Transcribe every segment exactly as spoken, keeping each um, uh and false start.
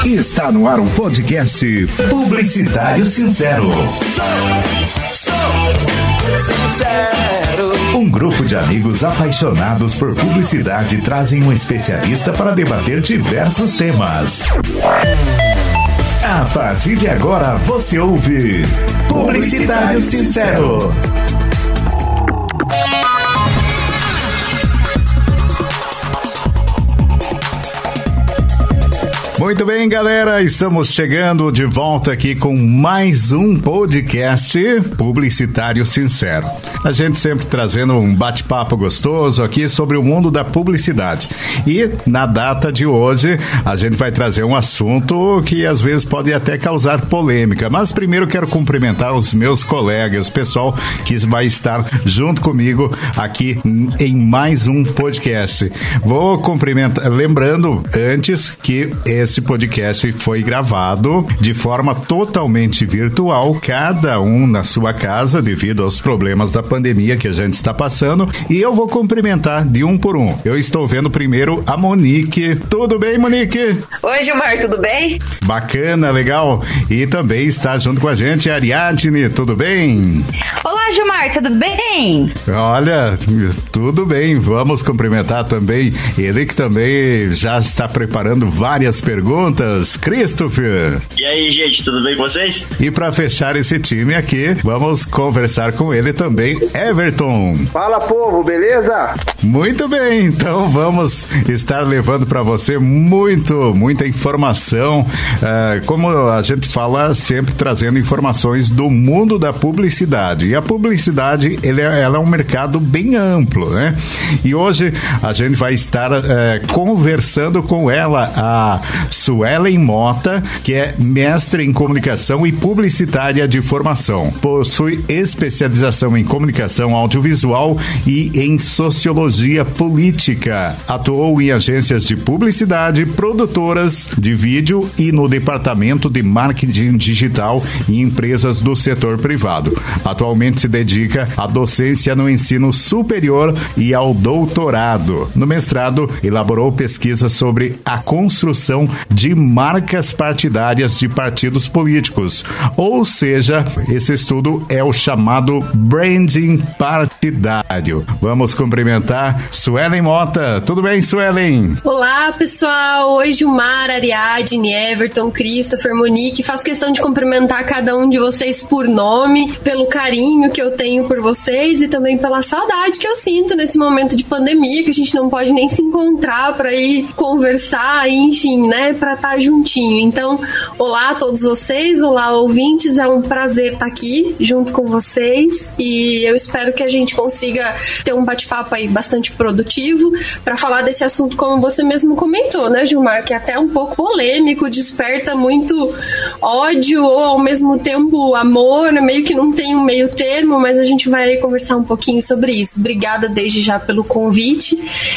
Está no ar um podcast Publicitário Sincero. Um grupo de amigos apaixonados por publicidade trazem um especialista para debater diversos temas. A partir de agora você ouve Publicitário Sincero. Muito bem, galera, estamos chegando de volta aqui com mais um podcast Publicitário Sincero. A gente sempre trazendo um bate-papo gostoso aqui sobre o mundo da publicidade. E na data de hoje, a gente vai trazer um assunto que às vezes pode até causar polêmica. Mas primeiro quero cumprimentar os meus colegas, o pessoal que vai estar junto comigo aqui em mais um podcast. Vou cumprimentar, lembrando antes que esse Esse podcast foi gravado de forma totalmente virtual, cada um na sua casa, devido aos problemas da pandemia que a gente está passando. E eu vou cumprimentar de um por um. Eu estou vendo primeiro a Monique. Tudo bem, Monique? Oi, Gilmar, tudo bem? Bacana, legal. E também está junto com a gente a Ariadne. Tudo bem? Olá, Gilmar, tudo bem? Olha, tudo bem. Vamos cumprimentar também ele que também já está preparando várias perguntas. Perguntas, Christopher. E aí, gente, tudo bem com vocês? E para fechar esse time aqui, vamos conversar com ele também, Everton. Fala, povo, beleza? Muito bem, então vamos estar levando para você muito, muita informação, uh, como a gente fala, sempre trazendo informações do mundo da publicidade. E a publicidade, ele é, ela é um mercado bem amplo, né? E hoje a gente vai estar uh, conversando com ela, a Suelen Mota, que é mestre em comunicação e publicitária de formação. Possui especialização em comunicação audiovisual e em sociologia política. Atuou em agências de publicidade, produtoras de vídeo e no departamento de marketing digital em empresas do setor privado. Atualmente se dedica à docência no ensino superior e ao doutorado. No mestrado, elaborou pesquisas sobre a construção de marcas partidárias de partidos políticos. Ou seja, esse estudo é o chamado branding partidário. Vamos cumprimentar Suelen Mota. Tudo bem, Suelen? Olá, pessoal. Oi, Gilmar, Ariadne, Everton, Christopher, Monique. Faço questão de cumprimentar cada um de vocês por nome, pelo carinho que eu tenho por vocês e também pela saudade que eu sinto nesse momento de pandemia, que a gente não pode nem se encontrar para ir conversar, enfim, né, para estar juntinho. Então, olá a todos vocês, olá ouvintes, é um prazer estar aqui junto com vocês e eu espero que a gente consiga ter um bate-papo aí bastante produtivo para falar desse assunto, como você mesmo comentou, né, Gilmar, que é até um pouco polêmico, desperta muito ódio ou ao mesmo tempo amor, meio que não tem um meio termo, mas a gente vai conversar um pouquinho sobre isso. Obrigada desde já pelo convite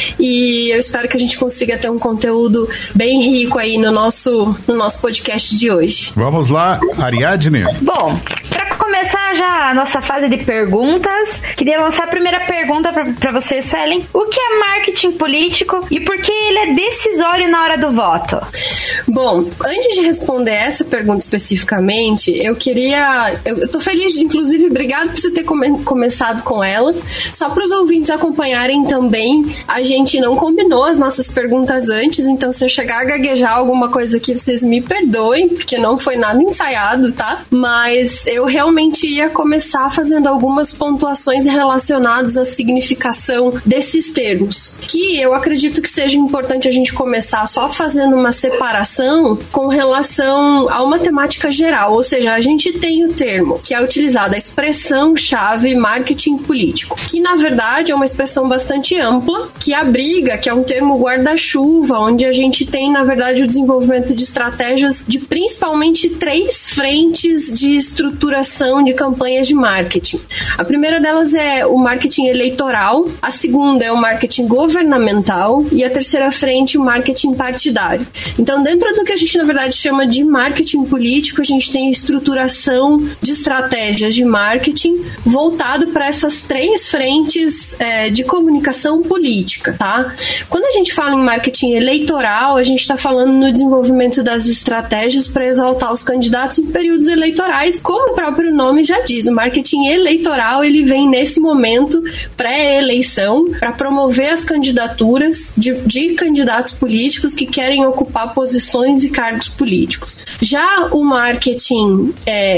e eu espero que a gente consiga ter um conteúdo bem rico aí no nosso, no nosso podcast de hoje. Vamos lá, Ariadne. Bom, para começar já a nossa fase de perguntas, queria lançar a primeira pergunta para você, Suelen. O que é marketing político e por que ele é decisório na hora do voto? Bom, antes de responder essa pergunta especificamente, eu queria... Eu, eu tô feliz, de, inclusive, obrigado por você ter come, começado com ela. Só para os ouvintes acompanharem também, a gente não combinou as nossas perguntas antes, então se eu chegar a gaguejar alguma coisa aqui, vocês me perdoem, porque não foi nada ensaiado, tá? Mas eu realmente ia começar fazendo algumas pontuações relacionadas à significação desses termos, que eu acredito que seja importante a gente começar só fazendo uma separação com relação a uma temática geral, ou seja, a gente tem o termo que é utilizado, a expressão-chave marketing político, que na verdade é uma expressão bastante ampla, que abriga, que é um termo guarda-chuva, onde a gente tem na verdade o desenvolvimento de estratégias de principalmente três frentes de estruturação de campanhas de marketing. A primeira delas é o marketing eleitoral, a segunda é o marketing governamental e a terceira frente o marketing partidário. Então, dentro dentro do que a gente, na verdade, chama de marketing político, a gente tem estruturação de estratégias de marketing voltado para essas três frentes é, de comunicação política, tá? Quando a gente fala em marketing eleitoral, a gente está falando no desenvolvimento das estratégias para exaltar os candidatos em períodos eleitorais, como o próprio nome já diz, o marketing eleitoral ele vem nesse momento pré-eleição para promover as candidaturas de, de candidatos políticos que querem ocupar posições e cargos políticos. Já o marketing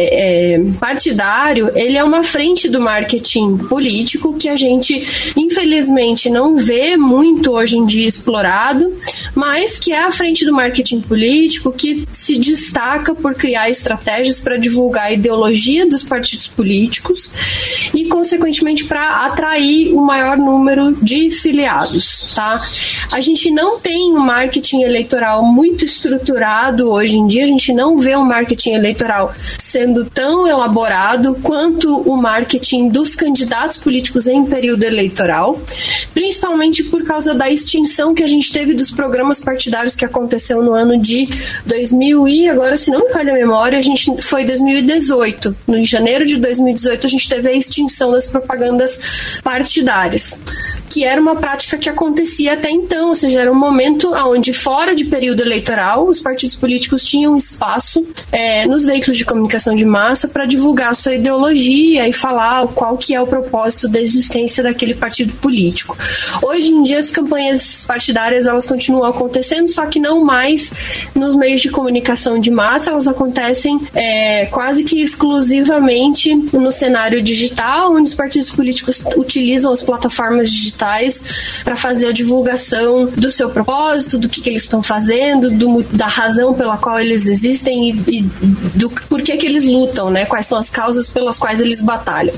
é, é, partidário, ele é uma frente do marketing político que a gente, infelizmente, não vê muito hoje em dia explorado, mas que é a frente do marketing político que se destaca por criar estratégias para divulgar a ideologia dos partidos políticos e, consequentemente, para atrair o maior número de filiados, tá? A gente não tem um marketing eleitoral muito estruturado hoje em dia, a gente não vê um marketing eleitoral sendo tão elaborado quanto o marketing dos candidatos políticos em período eleitoral, principalmente por causa da extinção que a gente teve dos programas partidários que aconteceu no ano de dois mil e, agora se não me falha a memória, a gente foi dois mil e dezoito. No janeiro de dois mil e dezoito a gente teve a extinção das propagandas partidárias, que era uma prática que acontecia até então, ou seja, era um momento onde fora de período eleitoral os partidos políticos tinham espaço é, nos veículos de comunicação de massa para divulgar a sua ideologia e falar qual que é o propósito da existência daquele partido político. Hoje em dia as campanhas partidárias elas continuam acontecendo, só que não mais nos meios de comunicação de massa, elas acontecem é, quase que exclusivamente no cenário digital, onde os partidos políticos utilizam as plataformas digitais para fazer a divulgação do seu propósito, do que, que eles estão fazendo, do, da razão pela qual eles existem e, e do porquê que eles lutam, né? Quais são as causas pelas quais eles batalham.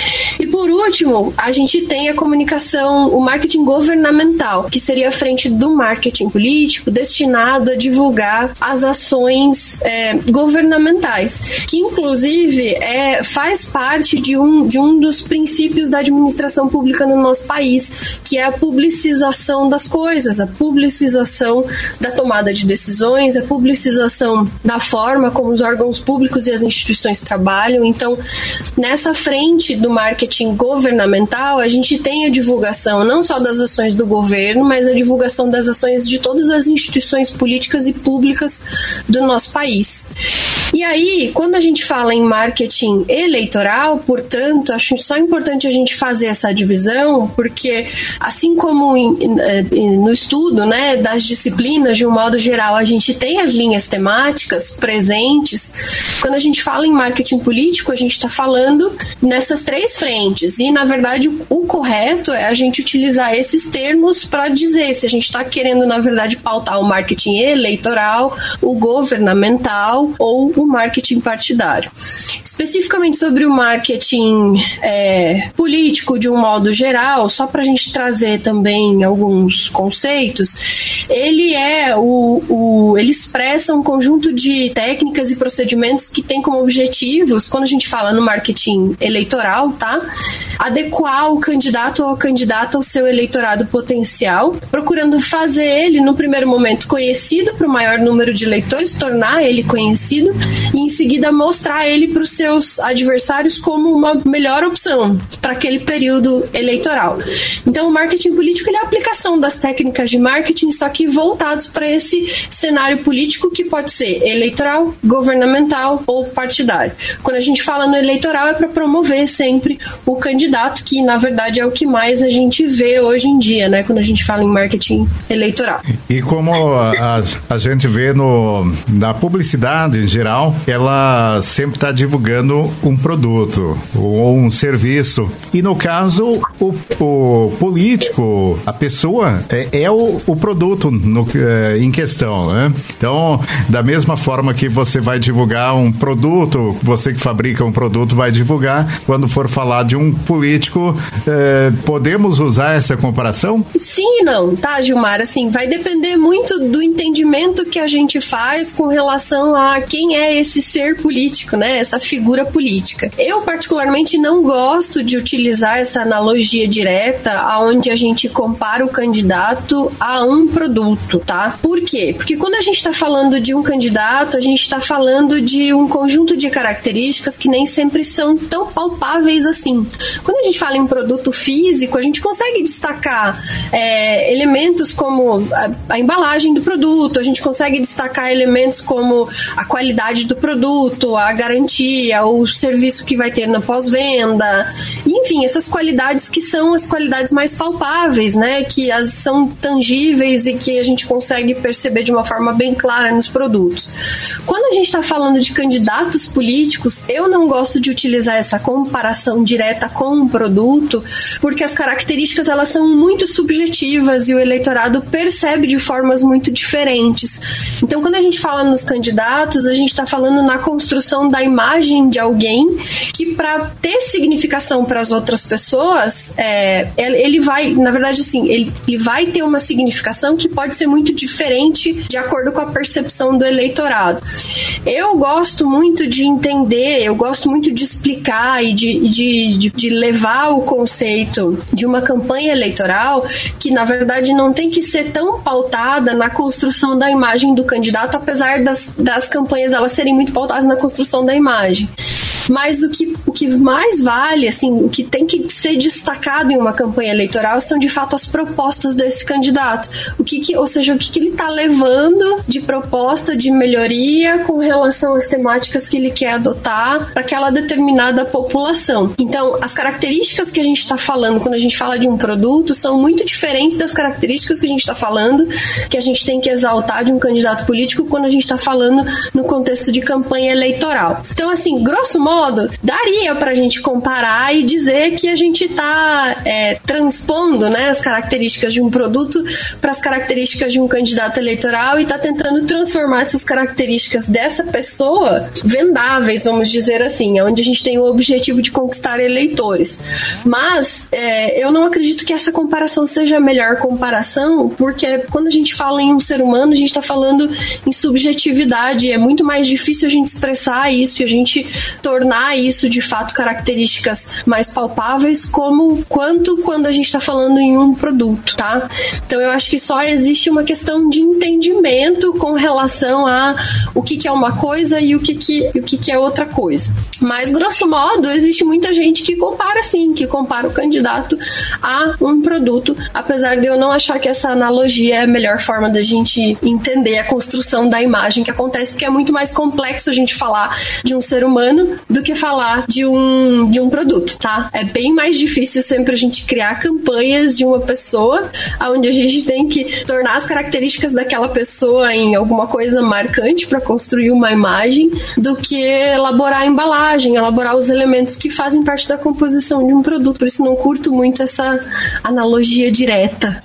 E por último, a gente tem a comunicação, o marketing governamental, que seria a frente do marketing político destinado a divulgar as ações é, governamentais, que inclusive é, faz parte de um, de um dos princípios da administração pública no nosso país, que é a publicização das coisas, a publicização da tomada de decisões, a publicização da forma como os órgãos públicos e as instituições trabalham. Então, nessa frente do marketing governamental, a gente tem a divulgação não só das ações do governo, mas a divulgação das ações de todas as instituições políticas e públicas do nosso país. E aí, quando a gente fala em marketing eleitoral, portanto, acho só importante a gente fazer essa divisão, porque assim como em, no estudo, né, das disciplinas, de um modo geral, a gente tem as linhas temáticas presentes, quando a gente fala em marketing político, a gente está falando nessas três frentes. E, na verdade, o correto é a gente utilizar esses termos para dizer se a gente está querendo, na verdade, pautar o marketing eleitoral, o governamental ou o marketing partidário. Especificamente sobre o marketing é, político, de um modo geral, só para a gente trazer também alguns conceitos, ele é o, o ele expressa um conjunto de técnicas e procedimentos que tem como objetivos, quando a gente fala no marketing eleitoral, tá? Adequar o candidato ou a candidata ao seu eleitorado potencial, procurando fazer ele, no primeiro momento, conhecido para o maior número de eleitores, tornar ele conhecido e, em seguida, mostrar ele para os seus adversários como uma melhor opção para aquele período eleitoral. Então, o marketing político ele é a aplicação das técnicas de marketing, só que voltados para esse cenário político que pode ser eleitoral, governamental ou partidário. Quando a gente fala no eleitoral é para promover sempre o candidato, que na verdade é o que mais a gente vê hoje em dia, né, quando a gente fala em marketing eleitoral. E como a, a gente vê no, na publicidade em geral, ela sempre está divulgando um produto ou um serviço. E no caso, o, o político, a pessoa, é, é o, o produto no, é, em questão, né? Então, da mesma forma que você vai divulgar um produto, você que fabrica um produto vai divulgar, quando for falar falar de um político, eh, podemos usar essa comparação? Sim e não, tá, Gilmar? Assim, vai depender muito do entendimento que a gente faz com relação a quem é esse ser político, né? Essa figura política. Eu, particularmente, não gosto de utilizar essa analogia direta onde a gente compara o candidato a um produto, tá? Por quê? Porque quando a gente está falando de um candidato, a gente está falando de um conjunto de características que nem sempre são tão palpáveis assim. Quando a gente fala em produto físico, a gente consegue destacar é, elementos como a, a embalagem do produto, a gente consegue destacar elementos como a qualidade do produto, a garantia, o serviço que vai ter na pós-venda, enfim, essas qualidades que são as qualidades mais palpáveis, né, que as são tangíveis e que a gente consegue perceber de uma forma bem clara nos produtos. Quando a gente está falando de candidatos políticos, eu não gosto de utilizar essa comparação direta com um produto, porque as características elas são muito subjetivas e o eleitorado percebe de formas muito diferentes. Então, quando a gente fala nos candidatos, a gente está falando na construção da imagem de alguém que, para ter significação para as outras pessoas, é, ele vai, na verdade, assim, ele, ele vai ter uma significação que pode ser muito diferente de acordo com a percepção do eleitorado. Eu gosto muito de entender, eu gosto muito de explicar e de, de, de, de levar o conceito de uma campanha eleitoral que, na verdade, não tem que ser tão pautada na construção da imagem do candidato, apesar das, das campanhas elas serem muito pautadas na construção da imagem. Mas o que, o que mais vale, assim, o que tem que ser destacado em uma campanha eleitoral são, de fato, as propostas desse candidato. O que que, ou seja, o que, que ele está levando de proposta de melhoria com relação às temáticas que ele quer adotar para aquela determinada população. Então, as características que a gente está falando quando a gente fala de um produto são muito diferentes das características que a gente está falando, que a gente tem que exaltar de um candidato político quando a gente está falando no contexto de campanha eleitoral. Então, assim, grosso modo, daria para a gente comparar e dizer que a gente está é, transpondo, né, as características de um produto para as características de um candidato eleitoral e está tentando transformar essas características dessa pessoa vendáveis, vamos dizer assim, onde a gente tem o objetivo de conquistar eleitores. Mas é, eu não acredito que essa comparação seja a melhor comparação, porque quando a gente fala em um ser humano, a gente está falando em subjetividade, é muito mais difícil a gente expressar isso e a gente tornar isso de fato características mais palpáveis, como quanto quando a gente está falando em um produto, tá? Então eu acho que só existe uma questão de entendimento com relação a o que, que é uma coisa e o que, que, o que, que é outra coisa. Mas, grosso modo, existe muita gente que compara sim, que compara o candidato a um produto, apesar de eu não achar que essa analogia é a melhor forma da gente entender a construção da imagem que acontece, porque é muito mais complexo a gente falar de um ser humano do que falar de um, de um produto, tá? É bem mais difícil sempre a gente criar campanhas de uma pessoa, onde a gente tem que tornar as características daquela pessoa em alguma coisa marcante para construir uma imagem, do que elaborar a embalagem, elaborar os elementos que fazem parte da composição de um produto. Por isso não curto muito essa analogia direta.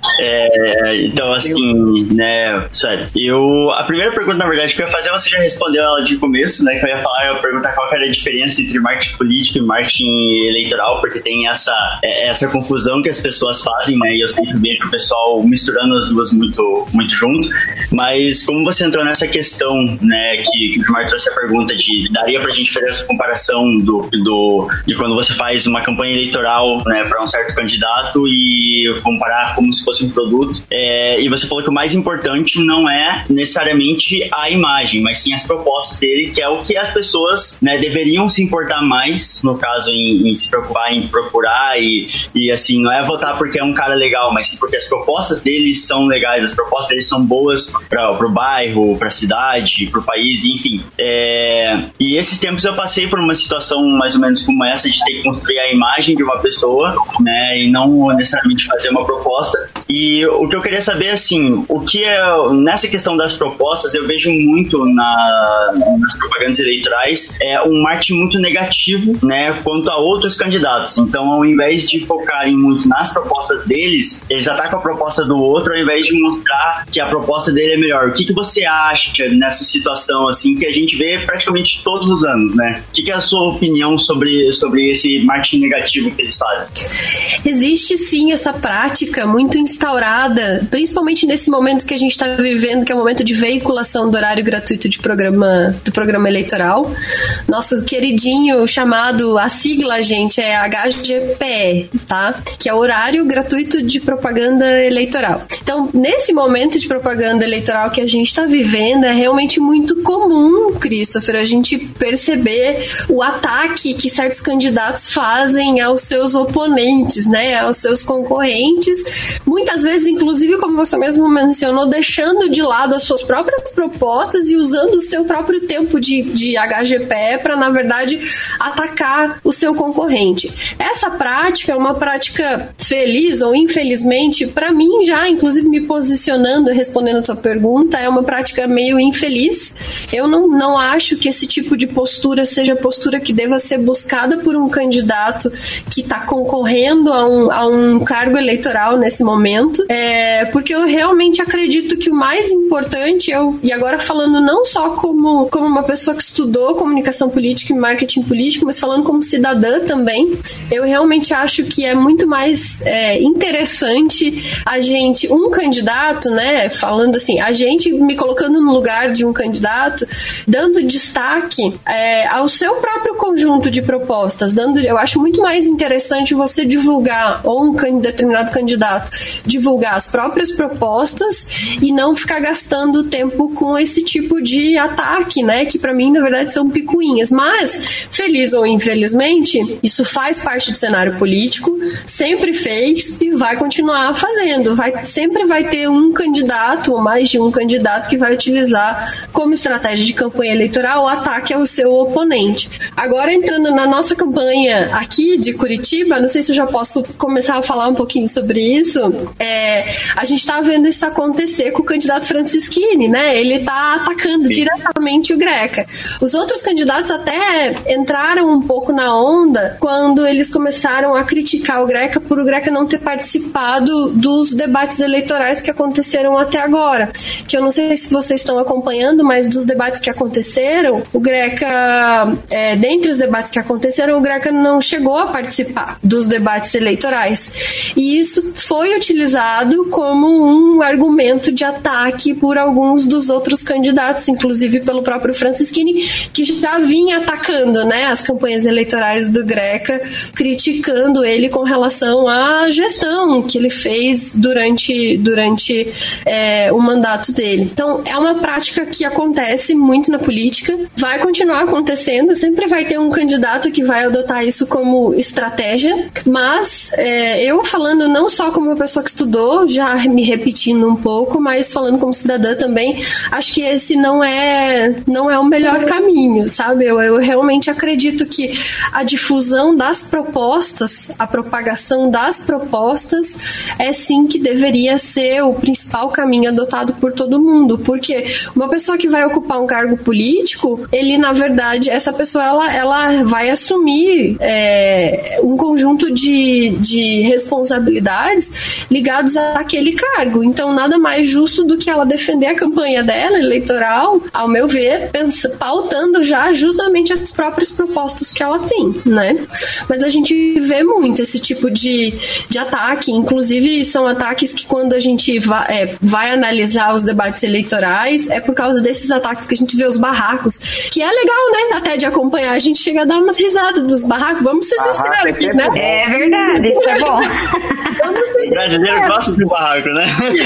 É, então, assim, né, sério, eu, a primeira pergunta, na verdade, que eu ia fazer, você já respondeu ela de começo, né, que eu ia falar, eu ia perguntar qual era a diferença entre marketing político e marketing eleitoral, porque tem essa, essa confusão que as pessoas fazem, né, e eu sempre vejo o pessoal misturando as duas muito, muito junto, mas como você entrou nessa questão, né, que, que o Gilmar trouxe a pergunta de, daria pra gente fazer essa comparação do, do, de quando você faz uma campanha eleitoral, né, para um certo candidato e comparar como se fosse um produto, é, e você falou que o mais importante não é necessariamente a imagem, mas sim as propostas dele, que é o que as pessoas, né, deveriam se importar mais, no caso, em, em se preocupar, em procurar e, e assim, não é votar porque é um cara legal, mas sim porque as propostas dele são legais, as propostas dele são boas para o bairro, para a cidade, para o país, enfim. É, e esses tempos eu passei por uma situação mais ou menos como essa, de ter que construir a imagem de uma pessoa, né, e não necessariamente fazer uma proposta. E o que eu queria saber, assim, o que é, nessa questão das propostas, eu vejo muito na, nas propagandas eleitorais, é um marketing muito negativo negativo, né, quanto a outros candidatos. Então, ao invés de focarem muito nas propostas deles, eles atacam a proposta do outro, ao invés de mostrar que a proposta dele é melhor. O que, que você acha nessa situação, assim, que a gente vê praticamente todos os anos, né? O que, que é a sua opinião sobre, sobre esse marketing negativo que eles fazem? Existe, sim, essa prática muito instaurada, principalmente nesse momento que a gente está vivendo, que é o momento de veiculação do horário gratuito de programa, do programa eleitoral. Nosso queridinho chamado, a sigla, gente, é H G P E, tá? Que é o horário gratuito de propaganda eleitoral. Então, nesse momento de propaganda eleitoral que a gente está vivendo, é realmente muito comum, Christopher, a gente perceber o ataque que certos candidatos fazem aos seus oponentes, né? Aos seus concorrentes. Muitas vezes, inclusive, como você mesmo mencionou, deixando de lado as suas próprias propostas e usando o seu próprio tempo de, de H G P E para, na verdade, atacar o seu concorrente. Essa prática é uma prática feliz ou infelizmente, para mim já, inclusive me posicionando, respondendo a tua pergunta, é uma prática meio infeliz. Eu não, não acho que esse tipo de postura seja postura que deva ser buscada por um candidato que está concorrendo a um, a um cargo eleitoral nesse momento, é, porque eu realmente acredito que o mais importante, eu, e agora falando não só como, como uma pessoa que estudou comunicação política e marketing político, mas falando como cidadã também, eu realmente acho que é muito mais é, interessante a gente, um candidato, né, falando assim, a gente me colocando no lugar de um candidato, dando destaque é, ao seu próprio conjunto de propostas, dando, eu acho muito mais interessante você divulgar, ou um can, determinado candidato divulgar as próprias propostas e não ficar gastando tempo com esse tipo de ataque, né, que pra mim, na verdade, são picuinhas, mas, feliz ou infelizmente, isso faz parte do cenário político, sempre fez e vai continuar fazendo, vai, sempre vai ter um candidato ou mais de um candidato que vai utilizar como estratégia de campanha eleitoral o ataque ao seu oponente. Agora, entrando na nossa campanha aqui de Curitiba, não sei se eu já posso começar a falar um pouquinho sobre isso, é, a gente tá vendo isso acontecer com o candidato Francischini, né? Ele tá atacando Sim. diretamente o Greca. Os outros candidatos até entraram um pouco na onda quando eles começaram a criticar o Greca por o Greca não ter participado dos debates eleitorais que aconteceram até agora. Que eu não sei se vocês estão acompanhando, mas dos debates que aconteceram, o Greca, é, dentre os debates que aconteceram, o Greca não chegou a participar dos debates eleitorais. E isso foi utilizado como um argumento de ataque por alguns dos outros candidatos, inclusive pelo próprio Francischini, que já vinha atacando, né, as campanhas eleitorais do Greca, criticando ele com relação à gestão que ele fez durante, durante é, o mandato dele. Então, é uma prática que acontece muito na política, vai continuar acontecendo, sempre vai ter um candidato que vai adotar isso como estratégia, mas é, eu falando não só como uma pessoa que estudou, já me repetindo um pouco, mas falando como cidadã também, acho que esse não é, não é o melhor caminho, sabe? Eu, eu realmente acredito que a difusão das propostas, a propagação das propostas é sim que deveria ser o principal caminho adotado por todo mundo, porque uma pessoa que vai ocupar um cargo político, ele na verdade, essa pessoa ela, ela vai assumir é, um conjunto de, de responsabilidades ligados àquele cargo, então nada mais justo do que ela defender a campanha dela eleitoral, ao meu ver, pensa, pautando já justamente as próprias propostas que ela tem, né? Mas a gente vê muito esse tipo de, de ataque, inclusive são ataques que quando a gente vai, é, vai analisar os debates eleitorais, é por causa desses ataques que a gente vê os barracos, que é legal, né? Até de acompanhar, a gente chega a dar umas risadas dos barracos, vamos ser sinceros aqui, né? É verdade, isso é bom. O brasileiro gosta de barraco, né?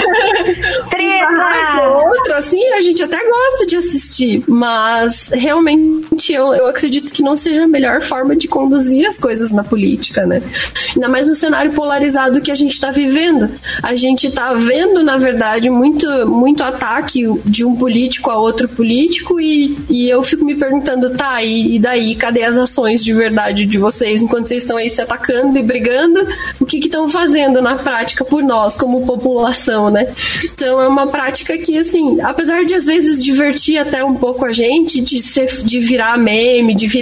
Treta! Outro, assim, a gente até gosta de assistir, mas realmente eu, eu acredito que não seja a melhor forma de conduzir as coisas na política, né? Ainda mais no cenário polarizado que a gente tá vivendo. A gente tá vendo, na verdade, muito, muito ataque de um político a outro político e, e eu fico me perguntando, tá, e, e daí? Cadê as ações de verdade de vocês? Enquanto vocês estão aí se atacando e brigando, o que que estão fazendo na prática por nós, como população, né? Então é uma prática que, assim, apesar de às vezes divertir até um pouco a gente, de, ser, de virar meme, de virar piada,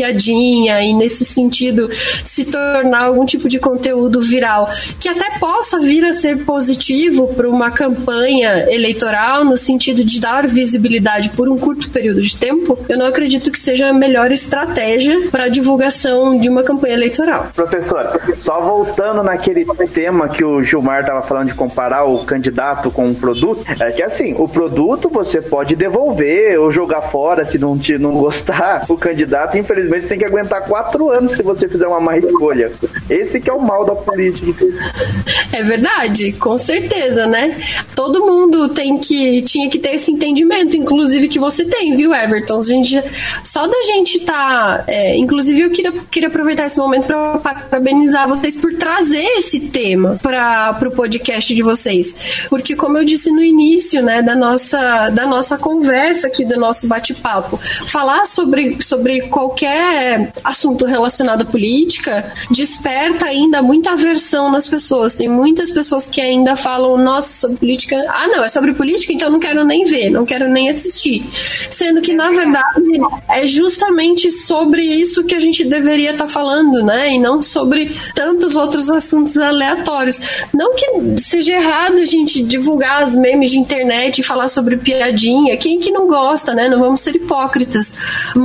piadinha e nesse sentido se tornar algum tipo de conteúdo viral, que até possa vir a ser positivo para uma campanha eleitoral no sentido de dar visibilidade por um curto período de tempo, eu não acredito que seja a melhor estratégia para a divulgação de uma campanha eleitoral. Professor, só voltando naquele tema que o Gilmar estava falando de comparar o candidato com o produto, é que assim, o produto você pode devolver ou jogar fora se não, te, não gostar. O candidato, infelizmente, tem que aguentar quatro anos se você fizer uma má escolha. Esse que é o mal da política. É verdade, com certeza, né? Todo mundo tem que, tinha que ter esse entendimento, inclusive que você tem, viu, Everton? A gente, só da gente tá... É, inclusive eu queria, queria aproveitar esse momento para parabenizar vocês por trazer esse tema para o podcast de vocês. Porque, como eu disse no início, né, da nossa, da nossa conversa aqui, do nosso bate-papo, falar sobre, sobre qualquer assunto relacionado à política desperta ainda muita aversão nas pessoas. Tem muitas pessoas que ainda falam, nossa, sobre política... Ah, não, é sobre política, então não quero nem ver, não quero nem assistir. Sendo que, na verdade, é justamente sobre isso que a gente deveria estar falando, né? E não sobre tantos outros assuntos aleatórios. Não que seja errado a gente divulgar as memes de internet e falar sobre piadinha. Quem que não gosta, né? Não vamos ser hipócritas.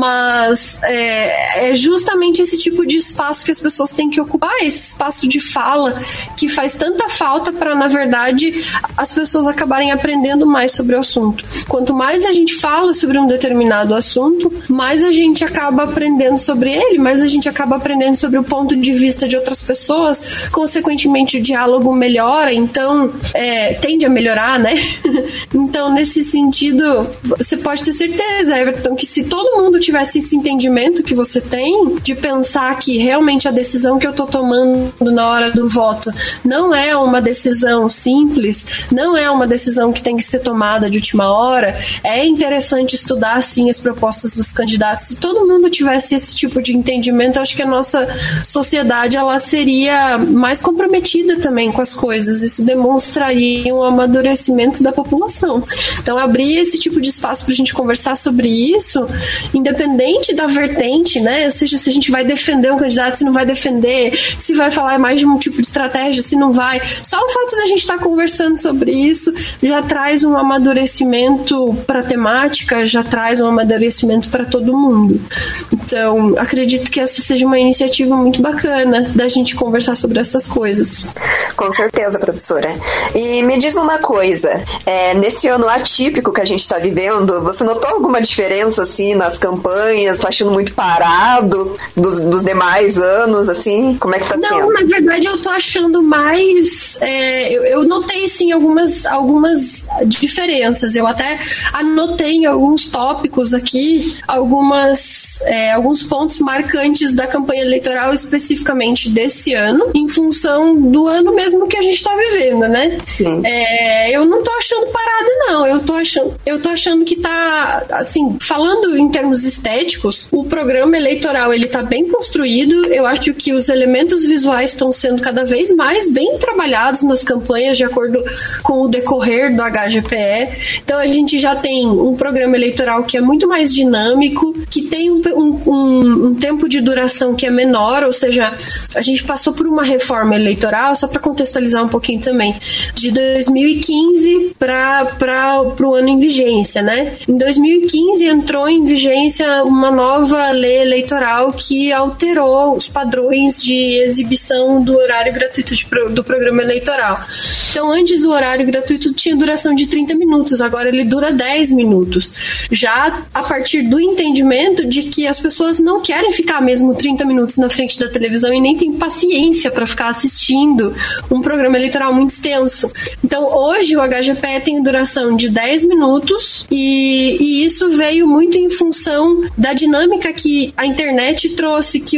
Mas é, é justamente esse tipo de espaço que as pessoas têm que ocupar, esse espaço de fala que faz tanta falta para, na verdade, as pessoas acabarem aprendendo mais sobre o assunto. Quanto mais a gente fala sobre um determinado assunto, mais a gente acaba aprendendo sobre ele, mais a gente acaba aprendendo sobre o ponto de vista de outras pessoas, consequentemente o diálogo melhora, então é, tende a melhorar, né? Então, nesse sentido, você pode ter certeza, Everton, que se todo mundo tivesse esse entendimento que você tem, de pensar que realmente a decisão que eu tô tomando na hora do voto não é uma decisão simples, não é uma decisão que tem que ser tomada de última hora, é interessante estudar, sim, as propostas dos candidatos. Se todo mundo tivesse esse tipo de entendimento, eu acho que a nossa sociedade, ela seria mais comprometida também com as coisas. Isso demonstraria um amadurecimento da população. Então, abrir esse tipo de espaço para a gente conversar sobre isso, independente da vertente, né? Ou seja, se a gente vai defender um candidato, se não vai defender, se vai falar mais de um tipo de estratégia, se não vai. Só o fato da gente estar conversando sobre isso já traz um amadurecimento para a temática, já traz um amadurecimento para todo mundo. Então, acredito que essa seja uma iniciativa muito bacana da gente conversar sobre essas coisas. Com certeza, professora. E me diz uma coisa, é, nesse ano atípico que a gente está vivendo, você notou alguma diferença, assim, nas campanhas? Tá achando muito parado dos, dos demais anos, assim? Como é que tá Não, sendo? Não, na verdade eu tô achando mais... É, eu, eu notei, sim, algumas, algumas diferenças. Eu até anotei em alguns tópicos aqui algumas, é, alguns pontos marcantes da campanha eleitoral, especificamente desse ano, em função do ano mesmo que a gente tá vivendo, né? Sim. É, eu não tô achando parado, não. Eu tô achando, eu tô achando que tá, assim, falando em termos estéticos, o programa eleitoral, ele tá bem construído. Eu acho que os elementos visuais estão sendo cada vez mais bem trabalhados nas campanhas, de acordo com o decorrer do H G P E. Então, a gente já tem um programa eleitoral que é muito mais dinâmico, que tem um, um, um tempo de duração que é menor, ou seja, a gente passou por uma reforma eleitoral, só para contextualizar um pouquinho também, de dois mil e quinze para o ano em vigência, né? Em dois mil e quinze entrou em vigência uma nova lei eleitoral que alterou os padrões de exibição do horário gratuito de, do programa eleitoral. Então, antes o horário gratuito tinha duração de trinta minutos, agora ele dura dez minutos. Já a partir do entendimento de que as pessoas não querem ficar mesmo trinta minutos na frente da televisão e nem tem paciência para ficar assistindo um programa eleitoral muito extenso. Então, hoje o H G P E tem duração de dez minutos e, e isso veio muito em função da dinâmica que a internet trouxe, que os,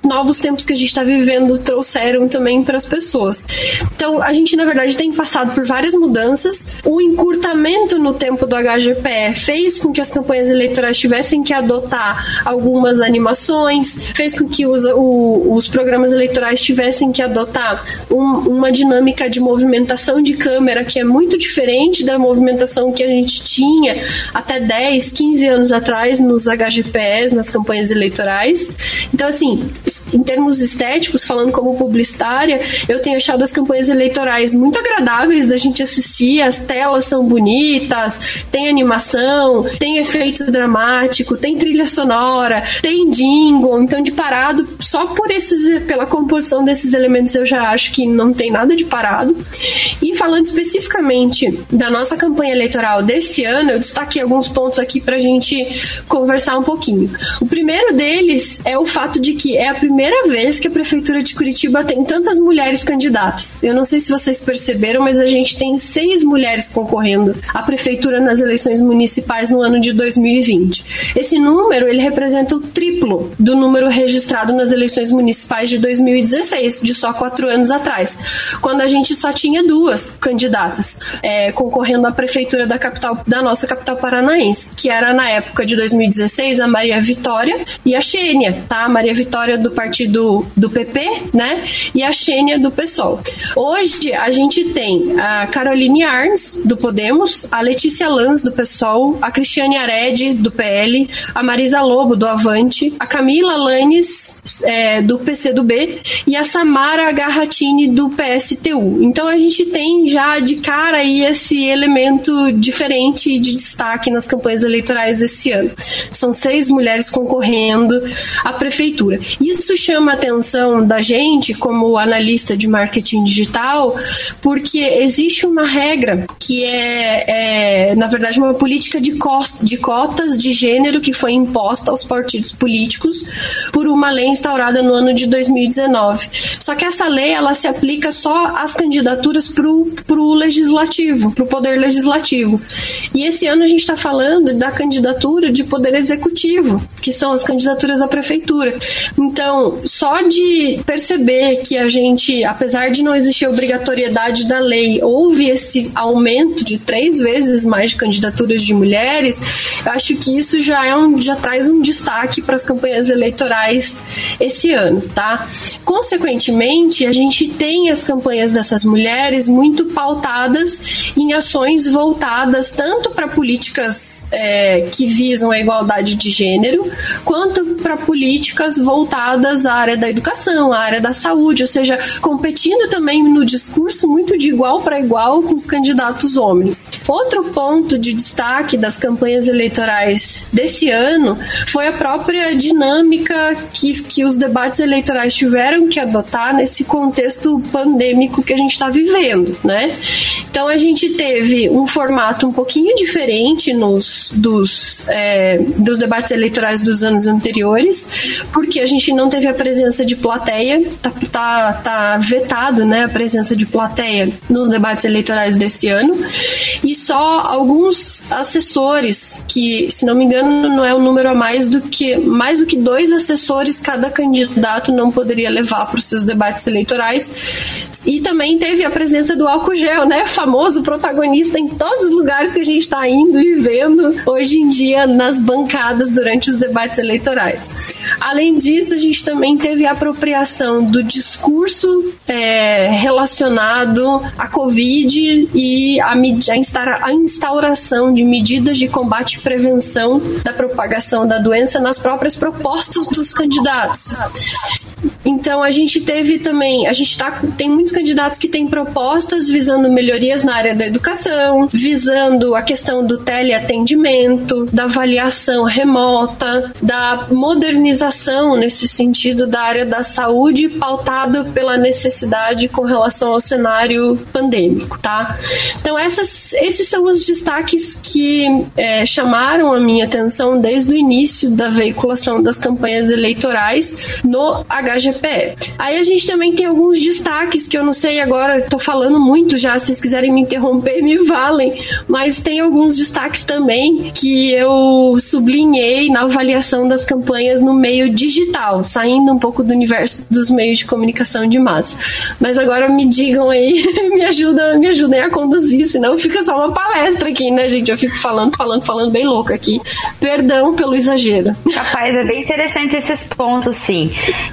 novos tempos que a gente está vivendo trouxeram também para as pessoas. Então, a gente, na verdade, tem passado por várias mudanças. O encurtamento no tempo do H G P E fez com que as campanhas eleitorais tivessem que adotar algumas animações, fez com que os, o, os programas eleitorais tivessem que adotar um, uma dinâmica de movimentação de câmera que é muito diferente da movimentação que a gente tinha até dez, quinze anos atrás nos H G P Es, nas campanhas eleitorais. Então, assim, em termos estéticos, falando como publicitária, eu tenho achado as campanhas eleitorais muito agradáveis da gente assistir, as telas são bonitas, tem animação, tem efeito dramático, tem trilha sonora, tem jingle, então de parado, só por esses, pela composição desses elementos eu já acho que não tem nada de parado. E falando especificamente da nossa campanha eleitoral desse ano, eu destaquei alguns pontos aqui pra gente conversar um pouquinho. O primeiro deles é o fato de que é a primeira vez que a Prefeitura de Curitiba tem tantas mulheres candidatas. Eu não sei se vocês perceberam, mas a gente tem seis mulheres concorrendo à Prefeitura nas eleições municipais no ano de dois mil e vinte. Esse número, ele representa o triplo do número registrado nas eleições municipais de dois mil e dezesseis, de só quatro anos atrás, quando a gente só tinha duas candidatas é, concorrendo à Prefeitura da capital, da nossa capital paranaense, que era na época de dois mil e dezesseis a Maria Vitória e a Xênia, tá? A Maria Vitória do partido do P P, né? E a Xênia do PSOL. Hoje a gente tem a Caroline Arns do Podemos, a Letícia Lanz do PSOL, a Cristiane Aredi do P L, a Marisa Lobo do Avante, a Camila Lanes é, do P C do B e a Samara Garratini do P S T U. Então a gente tem já de cara aí esse elemento diferente de destaque nas campanhas eleitorais esse ano. São seis mulheres concorrendo à prefeitura. Isso chama a atenção da gente como analista de marketing digital, porque existe uma regra que é, é na verdade, uma política de, cost, de cotas de gênero que foi imposta aos partidos políticos por uma lei instaurada no ano de dois mil e dezenove. Só que essa lei, ela se aplica só às candidaturas para o legislativo, para o poder legislativo. E esse ano a gente está falando da candidatura de poder executivo, que são as candidaturas à prefeitura. Então, só de perceber que a gente, apesar de não existir obrigatoriedade da lei, houve esse aumento de três vezes mais de candidaturas de mulheres, eu acho que isso já, é um, já traz um destaque para as campanhas eleitorais esse ano, tá? Consequentemente, a gente tem as campanhas dessas mulheres muito pautadas em ações voltadas tanto para políticas é, que visam a igualdade de gênero, quanto para políticas voltadas à área da educação, à área da saúde, ou seja, competindo também no discurso muito de igual para igual com os candidatos homens. Outro ponto de destaque das campanhas eleitorais desse ano foi a própria dinâmica que, que os debates eleitorais tiveram que adotar nesse contexto pandêmico que a gente está vivendo, né? Então a gente teve um formato um pouquinho diferente nos, dos, é, dos debates eleitorais dos anos anteriores, porque a gente não teve a presença de plateia, tá, tá, tá vetado, né, a presença de plateia nos debates eleitorais desse ano, e só alguns assessores, que, se não me engano, não é um número a mais do que mais do que dois assessores cada candidato não poderia levar para os seus debates eleitorais. E também teve a presença do álcool gel, né, famoso protagonista em todos os lugares que a gente está indo e vendo hoje em dia nas bancadas durante os debates eleitorais. Além disso, a gente também teve a apropriação do discurso é, relacionado à Covid e a, a instauração de medidas de combate e prevenção da propagação da doença nas próprias propostas dos candidatos. Então a gente teve também, a gente tá, tem muitos candidatos que têm propostas visando melhorias na área da educação, visando a questão do teleatendimento, da avaliação remota, da modernização nesse sentido da área da saúde, pautado pela necessidade com relação ao cenário pandêmico, tá? Então essas, esses são os destaques que é, chamaram a minha atenção desde o início da veiculação das campanhas eleitorais no H G P E. Aí a gente também tem alguns destaques que eu não sei agora, tô falando muito já, se vocês quiserem me interromper, me valem, mas tem alguns destaques também que eu sublinhei na avaliação das campanhas no meio digital, saindo um pouco do universo dos meios de comunicação de massa. Mas agora me digam aí, me ajudam, me ajudem a conduzir, senão fica só uma palestra aqui, né, gente? Eu fico falando, falando, falando bem louca aqui. Perdão pelo exagero. Rapaz, é bem interessante esses pontos, sim.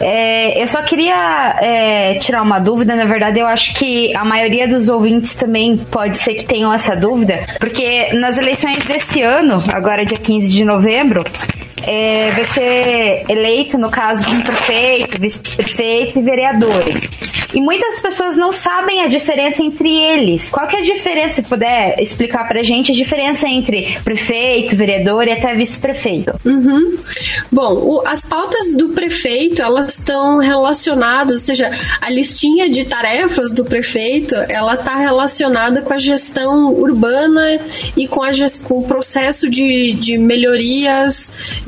É, eu só queria é, tirar uma dúvida, na verdade, eu acho que a maioria dos ouvintes também pode ser que tenham essa dúvida, porque nas eleições desse ano, agora dia quinze de novembro, É, vai ser eleito, no caso, um prefeito, vice-prefeito e vereadores. E muitas pessoas não sabem a diferença entre eles. Qual que é a diferença, se puder explicar pra gente, a diferença entre prefeito, vereador e até vice-prefeito? Uhum. Bom, o, as pautas do prefeito, elas estão relacionadas, ou seja, a listinha de tarefas do prefeito, ela está relacionada com a gestão urbana e com, a, com o processo de, de melhorias,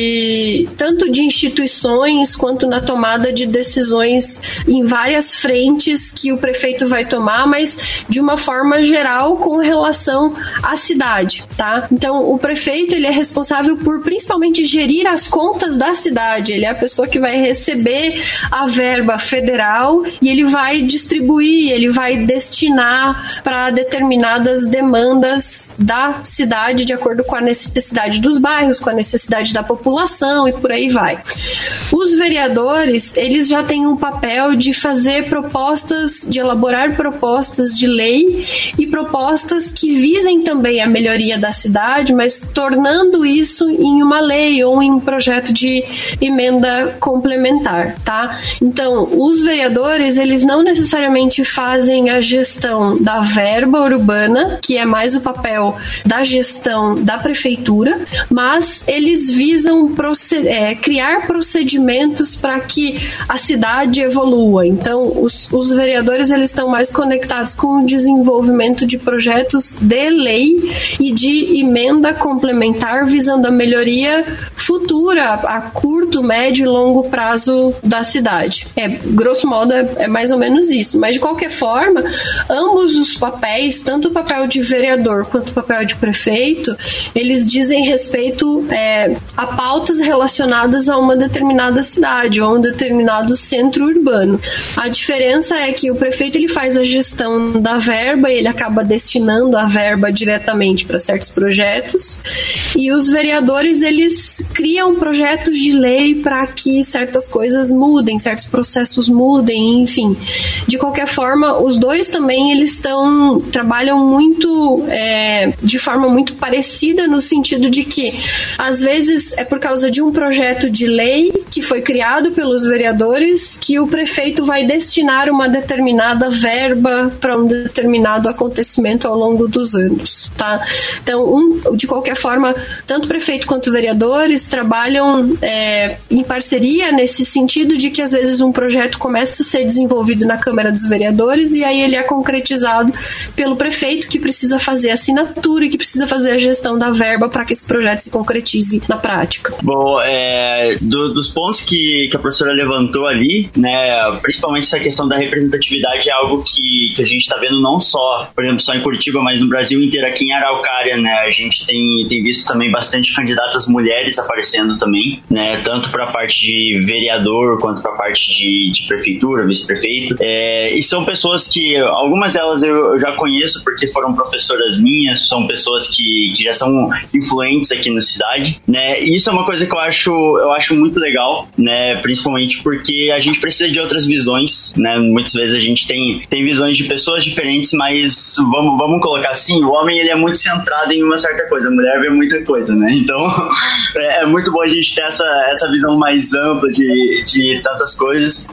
de tanto de instituições quanto na tomada de decisões em várias frentes que o prefeito vai tomar, mas de uma forma geral com relação à cidade, tá? Então, o prefeito, ele é responsável por principalmente gerir as contas da cidade, ele é a pessoa que vai receber a verba federal e ele vai distribuir, ele vai destinar para determinadas demandas da cidade de acordo com a necessidade dos bairros, com a necessidade da população e por aí vai. Os vereadores, eles já têm um papel de fazer propostas, de elaborar propostas de lei e propostas que visem também a melhoria da cidade, mas tornando isso em uma lei ou em um projeto de emenda complementar, tá? Então, os vereadores, eles não necessariamente fazem a gestão da verba urbana, que é mais o papel da gestão da prefeitura, mas eles visam proced- é, criar procedimentos para que a cidade evolua. Então, os, os vereadores, eles estão mais conectados com o desenvolvimento de projetos de lei e de emenda complementar visando a melhoria futura, a curto, médio e longo prazo da cidade. É, grosso modo, é, é mais ou menos isso. Mas, de qualquer forma, ambos os papéis, tanto o papel de vereador quanto o papel de prefeito, eles dizem respeito é, a pautas relacionadas a uma determinada cidade ou a um determinado centro urbano. A diferença é que o prefeito, ele faz a gestão da verba e ele acaba destinando a verba diretamente para certos projetos, e os vereadores, eles criam projetos de lei para que certas coisas mudem, certos processos mudem, enfim. De qualquer forma, os dois também, eles estão, trabalham muito, é, de forma muito parecida, no sentido de que, às vezes, é por causa de um projeto de lei que foi criado pelos vereadores que o prefeito vai destinar uma determinada verba para um determinado acontecimento ao longo dos anos, tá? Então, um, de qualquer forma, tanto o prefeito quanto vereadores trabalham é, em parceria nesse sentido de que, às vezes, um projeto começa a ser desenvolvido na Câmara dos Vereadores e aí ele é concretizado pelo prefeito, que precisa fazer a assinatura e que precisa fazer a gestão da verba para que esse projeto se concretize na prática. Bom, é, do, dos pontos que, que a professora levantou ali, né, principalmente essa questão da representatividade é algo que, que a gente está vendo não só, por exemplo, só em Curitiba, mas no Brasil inteiro. Aqui em Araucária, né, a gente tem, tem visto também bastante candidatas mulheres aparecendo também, né, tanto para a parte de vereador quanto para a parte de, de prefeitura, vice-prefeito, é, e são pessoas que, algumas delas eu, eu já conheço porque foram professoras minhas, são pessoas que, que já são influentes aqui na cidade, né, e isso é uma coisa que eu acho, eu acho muito legal, né, principalmente porque a gente precisa de outras visões, né, muitas vezes a gente tem, tem visões de pessoas diferentes, mas vamos, vamos colocar assim, o homem, ele é muito centrado em uma certa coisa, a mulher vê muita coisa, né, então é, é muito bom a gente ter essa, essa visão mais ampla de, de tantas coisas.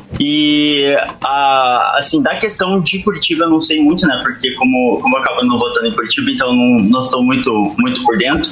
E a, assim, da questão de Curitiba eu não sei muito, né, porque como, como eu acabo não votando em Curitiba, então não, não estou muito, muito por dentro,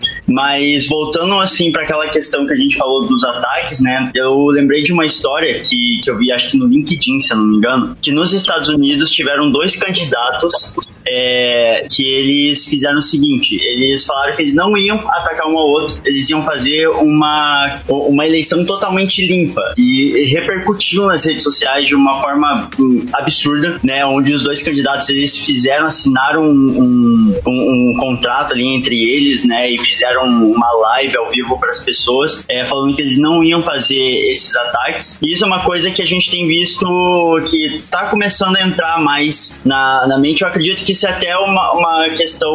mas voltando assim para aquela questão que a gente falou dos ataques, né, eu lembrei de uma história que, que eu vi, acho que no LinkedIn, se eu não me engano, que nos Estados Unidos tiveram dois candidatos é, que eles fizeram o seguinte, eles falaram que eles não iam atacar um ao outro, eles iam fazer uma, uma eleição totalmente limpa, e repercutiu nas redes sociais de uma forma um, absurda, né, onde os dois candidatos, eles fizeram, assinaram um, um, um, um contrato ali entre eles, né, e fizeram uma live ao vivo para as pessoas, é, falando que eles não iam fazer esses ataques, e isso é uma coisa que a gente tem visto que está começando a entrar mais na, na mente. Eu acredito que isso é até uma, uma questão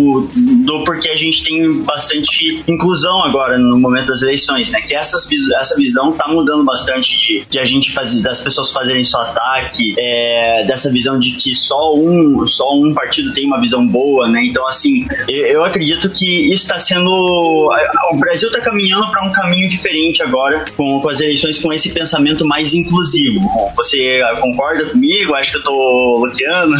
do porquê a gente tem bastante inclusão agora no momento das eleições, né, que essas, essa visão está mudando bastante de, de a gente fazer, das pessoas fazerem só ataque, é, dessa visão de que só um, só um partido tem uma visão boa, né, então assim, eu, eu acredito que isso está sendo, o Brasil está caminhando para um caminho diferente agora, com, com as eleições, com esse pensamento mais inclusivo. Você concorda comigo? Acho que eu tô bloqueando.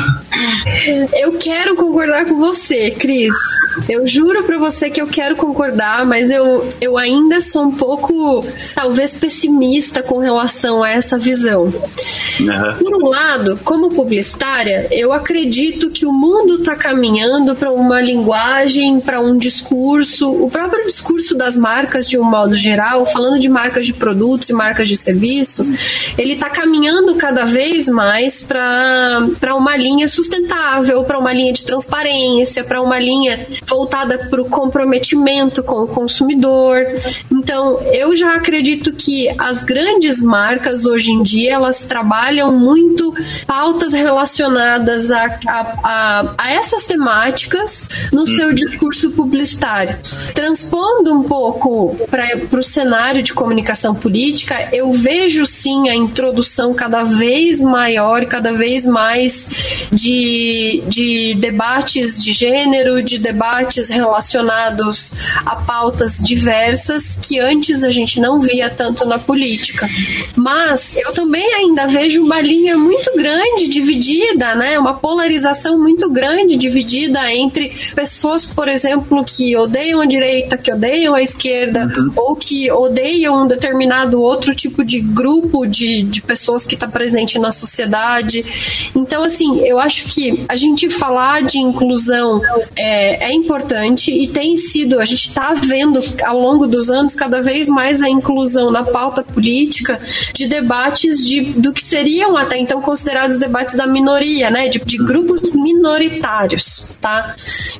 Eu quero concordar com você, Cris. Eu juro pra você que eu quero concordar, mas eu, eu ainda sou um pouco, talvez, pessimista com relação a essa visão. Uhum. Por um lado, como publicitária, eu acredito que o mundo está caminhando para uma linguagem, para um discurso, o próprio discurso das marcas de um modo geral, falando de marcas de produtos e marcas de serviço, ele está caminhando cada vez mais para uma linha sustentável, para uma linha de transparência, para uma linha voltada para o comprometimento com o consumidor. Então, eu já acredito que as grandes marcas hoje em dia, elas trabalham muito pautas relacionadas a, a, a, a essas temáticas no seu discurso publicitário. Transpondo um pouco para o cenário de comunicação política, eu vejo sim a introdução cada vez maior, cada vez mais de, de debates de gênero, de debates relacionados a pautas diversas que antes a gente não via tanto na política. Mas eu também ainda vejo uma linha muito grande dividida, né? Uma polarização muito grande dividida entre pessoas, por exemplo, que odeiam a direita, que odeiam a esquerda, uhum. ou que odeiam um determinado outro tipo de grupo de, de pessoas que está presente na sociedade. Então, assim, eu acho que a gente falar de inclusão é, é importante e tem sido, a gente está vendo ao longo dos anos cada vez mais a inclusão na pauta política de debates de, do que seriam até então considerados debates da minoria, né, de, de grupos minoritários, tá?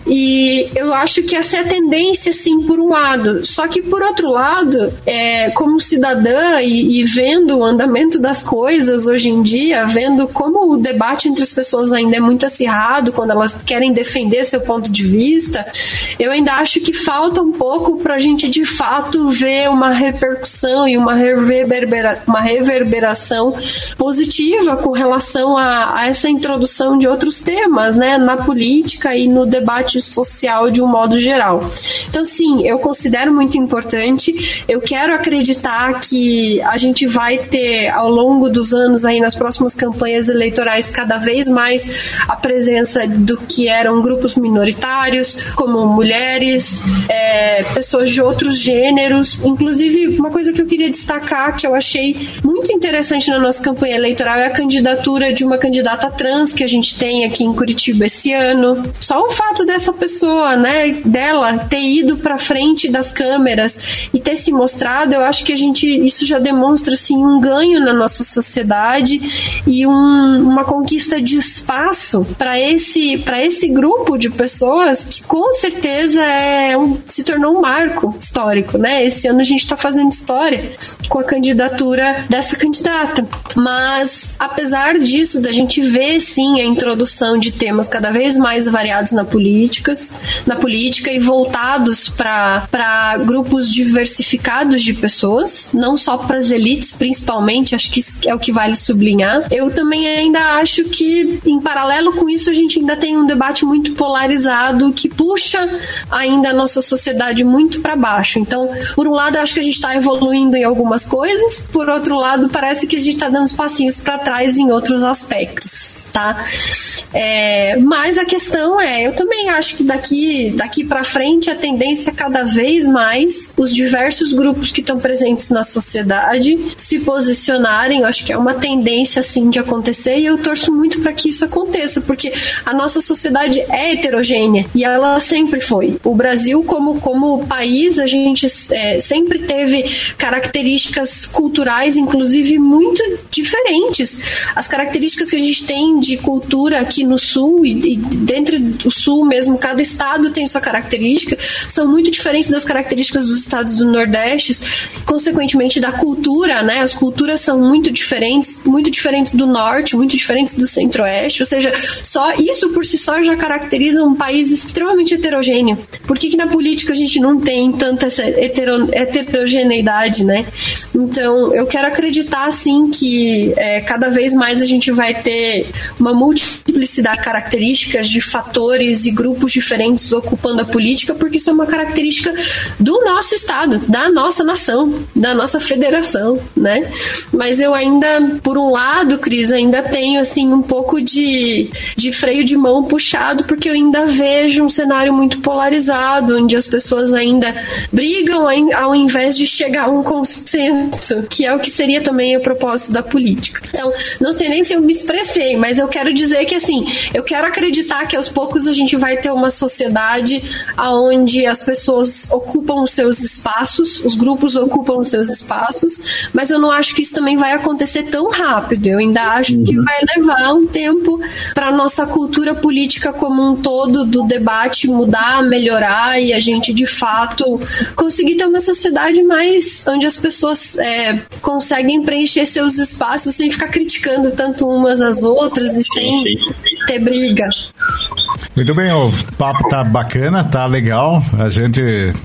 E eu acho que essa é a tendência, sim, por um lado. Só que, por outro lado, é, como cidadã e, e vendo o andamento das coisas hoje em dia, vendo como o debate entre as pessoas ainda é muito acirrado quando elas querem defender seu ponto de vista, eu ainda acho que falta um pouco para a gente, de fato, ver uma repercussão e uma, reverbera, uma reverberação positiva com relação a, a essa introdução de outros temas, né, na política e no debate social de um modo geral. Então, sim, eu considero muito importante. Eu quero acreditar que a gente vai ter, ao longo dos anos, aí nas próximas campanhas eleitorais, cada vez mais a presença do que eram grupos minoritários, como mulheres, é, pessoas de outros gêneros. Inclusive, uma coisa que eu queria destacar, que eu achei muito interessante na nossa campanha eleitoral, é a candidatura de uma candidata trans que a gente tem aqui em Curitiba esse ano. Só o fato dessa pessoa, né, dela ter ido para frente das câmeras e ter se mostrado, eu acho que a gente, isso já demonstra, assim, um ganho na nossa sociedade e um, uma conquista de espaço para esse, para esse grupo de pessoas que com certeza é um, se tornou um marco histórico, né? Esse ano a gente está fazendo história com a candidatura dessa candidata. Mas, apesar disso, da gente ver, sim, a introdução de temas cada vez mais variados na, políticas, na política e voltados para grupos diversificados de pessoas, não só para as elites, principalmente, acho que isso é o que vale sublinhar. Eu também ainda acho que, em paralelo com isso, a gente ainda tem um debate muito polarizado que puxa ainda a nossa sociedade muito para baixo. Então, por um lado, eu acho que a gente está evoluindo em algumas coisas, por outro lado, parece que a gente está dando uns passinhos para trás em outros aspectos, tá? É, mas a questão é, eu também acho que daqui, daqui para frente a tendência é cada vez mais os diversos grupos que estão presentes na sociedade se posicionarem. Eu acho que é uma tendência, assim, de acontecer, e eu torço muito para que isso aconteça, porque a nossa sociedade é heterogênea e ela sempre foi. O Brasil, como, como país, a gente é, sempre teve características culturais, inclusive, muito diferentes. As características que a gente tem de cultura aqui no Sul e, e dentro do Sul mesmo, cada estado tem sua característica, são muito diferentes das características dos estados do Nordeste, consequentemente da cultura, né? As culturas são muito diferentes, muito diferentes do Norte, muito diferentes do Centro-Oeste, ou seja, só isso por si só já caracteriza um país extremamente heterogêneo. Por que que na política a gente não tem tanta essa hetero, heterogeneidade, né? Então, eu quero acreditar, sim, que é, cada vez mais a gente vai ter uma multiplicidade de características, de fatores e grupos diferentes ocupando a política, porque isso é uma característica do nosso Estado, da nossa nação, da nossa federação, né? Mas eu ainda, por um lado, Cris, ainda tenho, assim, um pouco de, de freio de mão puxado, porque eu ainda vejo um cenário muito polarizado, onde as pessoas ainda brigam ao invés de chegar a um consenso, que é o que seria também o propósito da política. Então, não sei nem se eu me expressei, mas eu quero dizer que, assim, eu quero acreditar que aos poucos a gente vai ter uma sociedade onde as pessoas ocupam os seus espaços, os grupos ocupam os seus espaços, mas eu não acho que isso também vai acontecer tão rápido. Eu ainda acho uhum. que vai levar um tempo para a nossa cultura política como um todo do debate mudar, melhorar e a gente, de fato, conseguir ter uma sociedade mais onde as pessoas é, conseguem preencher seus espaços sem ficar criticando tanto umas às outras e sem sim, sim. ter briga. Muito bem, o papo tá bacana, tá legal, a gente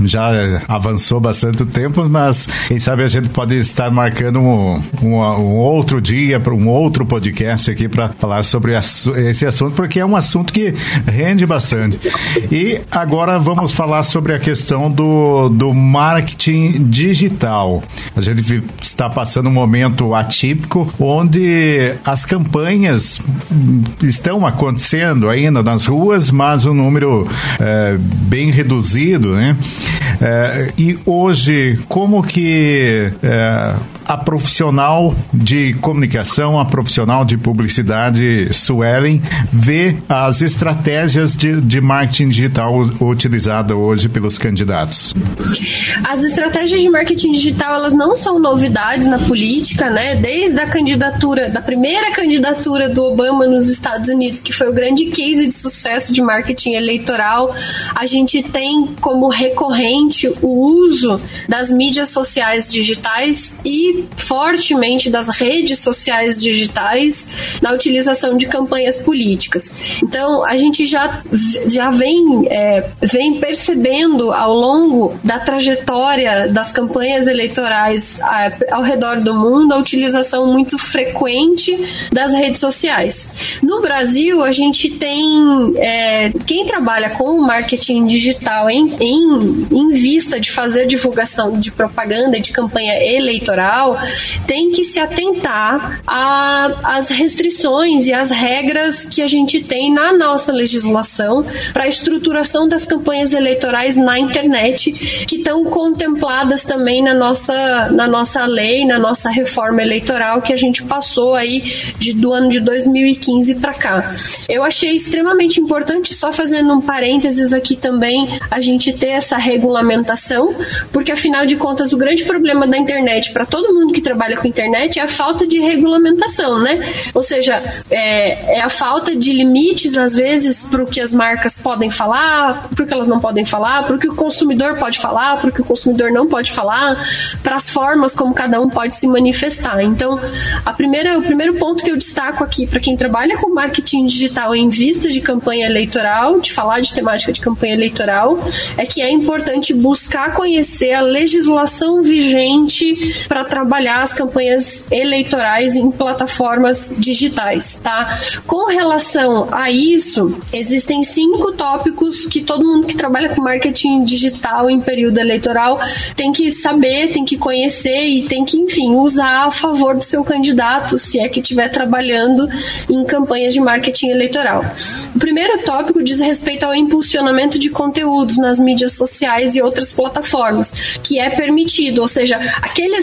já avançou bastante tempo, mas quem sabe a gente pode estar marcando um, um, um outro dia, um outro podcast aqui para falar sobre esse assunto, porque é um assunto que rende bastante. E agora vamos falar sobre a questão do, do marketing digital. A gente está passando um momento atípico onde as campanhas estão acontecendo ainda nas ruas, mas um número é, bem reduzido, né? É, e hoje, como que é, a profissional de comunicação, a profissional de publicidade, Suelen, vê as estratégias de, de marketing digital utilizadas hoje pelos candidatos? As estratégias de marketing digital, elas não são novidades na política, né? Desde a candidatura, da primeira candidatura do Obama nos Estados Unidos, que foi o grande case de sucesso de marketing eleitoral, a gente tem como recorrente o uso das mídias sociais digitais e fortemente das redes sociais digitais na utilização de campanhas políticas. Então, a gente já, já vem, é, vem percebendo ao longo da trajetória das campanhas eleitorais a, ao redor do mundo a utilização muito frequente das redes sociais. No Brasil, a gente tem é, quem trabalha com o marketing digital em, em, em vista de fazer divulgação de propaganda e de campanha eleitoral tem que se atentar às restrições e às regras que a gente tem na nossa legislação para a estruturação das campanhas eleitorais na internet, que estão contempladas também na nossa, na nossa lei, na nossa reforma eleitoral que a gente passou aí de, do ano de dois mil e quinze para cá. Eu achei extremamente importante, só fazendo um parênteses aqui também, a gente ter essa regulamentação, porque afinal de contas o grande problema da internet para todo mundo que trabalha com internet é a falta de regulamentação, né? Ou seja, é, é a falta de limites às vezes para o que as marcas podem falar, para o que elas não podem falar, para o que o consumidor pode falar, para o que o consumidor não pode falar, para as formas como cada um pode se manifestar. Então, a primeira, o primeiro ponto que eu destaco aqui para quem trabalha com marketing digital em vista de campanha eleitoral, de falar de temática de campanha eleitoral, é que é importante buscar conhecer a legislação vigente para trabalhar as campanhas eleitorais em plataformas digitais, tá? Com relação a isso, existem cinco tópicos que todo mundo que trabalha com marketing digital em período eleitoral tem que saber, tem que conhecer e tem que, enfim, usar a favor do seu candidato, se é que estiver trabalhando em campanhas de marketing eleitoral. O primeiro tópico diz respeito ao impulsionamento de conteúdos nas mídias sociais e outras plataformas, que é permitido, ou seja, aqueles anúncios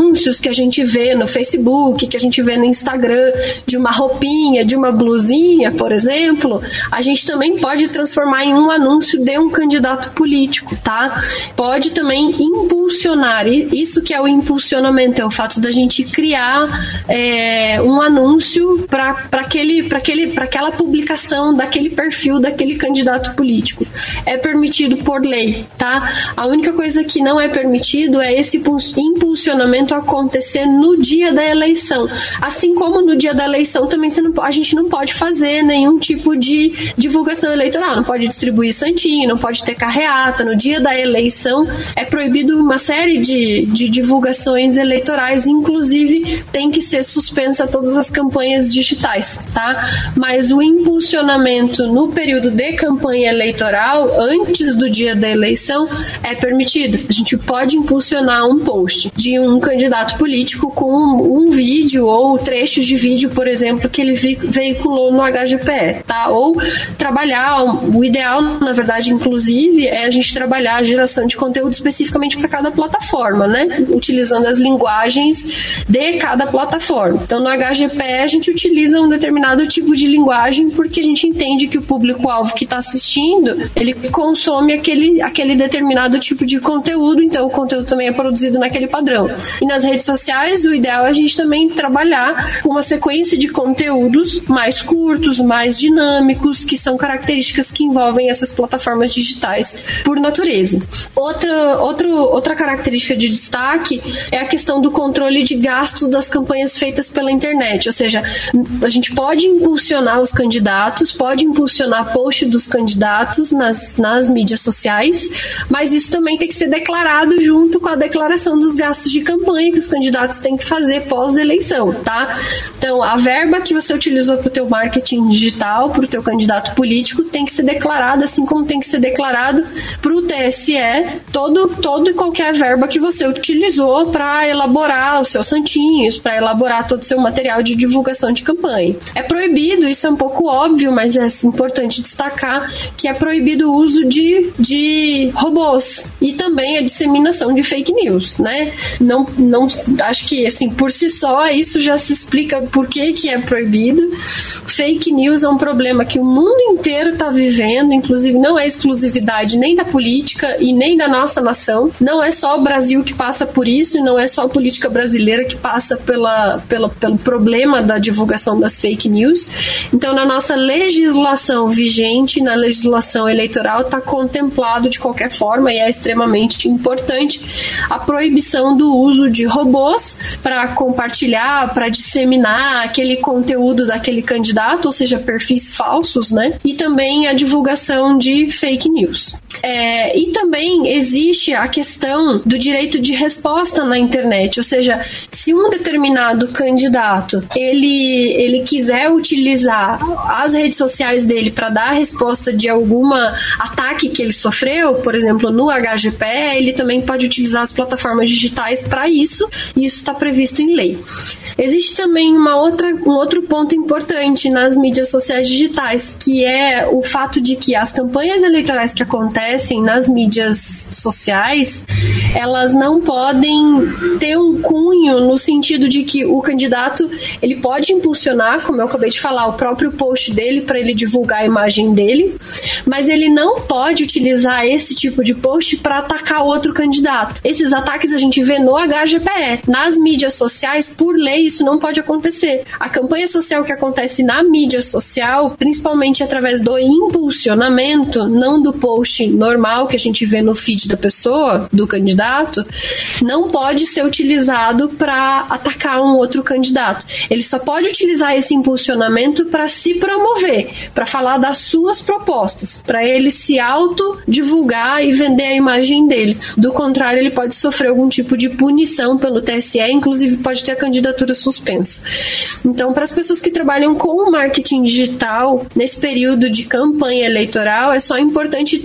anúncios que a gente vê no Facebook, que a gente vê no Instagram, de uma roupinha, de uma blusinha, por exemplo, a gente também pode transformar em um anúncio de um candidato político, tá? Pode também impulsionar, isso que é o impulsionamento, é o fato da gente criar é, um anúncio para aquele, para aquele, para aquela publicação daquele perfil daquele candidato político. É permitido por lei, tá? A única coisa que não é permitido é esse impulsionamento acontecer no dia da eleição. Assim como no dia da eleição também você não, a gente não pode fazer nenhum tipo de divulgação eleitoral, não pode distribuir santinho, não pode ter carreata. No dia da eleição é proibido uma série de, de divulgações eleitorais, inclusive tem que ser suspensa todas as campanhas digitais, tá? Mas o impulsionamento no período de campanha eleitoral, antes do dia da eleição, é permitido. A gente pode impulsionar um post de um candidato político com um, um vídeo ou trechos de vídeo, por exemplo, que ele veiculou no H G P E, tá? Ou trabalhar, o ideal, na verdade, inclusive, é a gente trabalhar a geração de conteúdo especificamente para cada plataforma, né? Utilizando as linguagens de cada plataforma. Então, no H G P E, a gente utiliza um determinado tipo de linguagem porque a gente entende que o público-alvo que está assistindo, ele consome aquele, aquele determinado tipo de conteúdo, então o conteúdo também é produzido naquele padrão. E nas redes sociais, o ideal é a gente também trabalhar com uma sequência de conteúdos mais curtos, mais dinâmicos, que são características que envolvem essas plataformas digitais por natureza. Outra, outro, outra característica de destaque é a questão do controle de gastos das campanhas feitas pela internet, ou seja, a gente pode impulsionar os candidatos, pode impulsionar post dos candidatos nas, nas mídias sociais, mas isso também tem que ser declarado junto com a declaração dos gastos de campanha que os candidatos têm que fazer pós-eleição, tá? Então, a verba que você utilizou para o teu marketing digital, para o teu candidato político, tem que ser declarada, assim como tem que ser declarado para o T S E todo, todo e qualquer verba que você utilizou para elaborar os seus santinhos, para elaborar todo o seu material de divulgação de campanha. É proibido, isso é um pouco óbvio, mas é importante destacar que é proibido o uso de, de robôs e também a disseminação de fake news, né? Não, não, acho que, assim, por si só, isso já se explica por que que é proibido. Fake news é um problema que o mundo inteiro está vivendo, inclusive não é exclusividade nem da política e nem da nossa nação. Não é só o Brasil que passa por isso e não é só a política brasileira que passa pela, pela, pelo problema da divulgação das fake news. Então, na nossa legislação vigente, na legislação eleitoral, está contemplado de qualquer forma e é extremamente importante a proibição do uso de robôs para compartilhar, para disseminar aquele conteúdo daquele candidato, ou seja, perfis falsos, né? E também a divulgação de fake news. É, e também existe a questão do direito de resposta na internet, ou seja, se um determinado candidato ele, ele quiser utilizar as redes sociais dele para dar a resposta de alguma ataque que ele sofreu, por exemplo, no H G P E, ele também pode utilizar as plataformas digitais para isso, e isso está previsto em lei. Existe também uma outra, um outro ponto importante nas mídias sociais digitais, que é o fato de que as campanhas eleitorais que acontecem nas mídias sociais, elas não podem ter um cunho no sentido de que o candidato ele pode impulsionar, como eu acabei de falar, o próprio post dele para ele divulgar a imagem dele, mas ele não pode utilizar esse tipo de post para atacar outro candidato. Esses ataques a gente vê no H G P E. Nas mídias sociais, por lei, isso não pode acontecer. A campanha social que acontece na mídia social, principalmente através do impulsionamento, não do post normal que a gente vê no feed da pessoa, do candidato, não pode ser utilizado para atacar um outro candidato. Ele só pode utilizar esse impulsionamento para se promover, para falar das suas propostas, para ele se auto-divulgar e vender a imagem dele. Do contrário, ele pode sofrer algum tipo de punição pelo T S E, inclusive pode ter a candidatura suspensa. Então, para as pessoas que trabalham com marketing digital, nesse período de campanha eleitoral, é só importante ter o conhecimento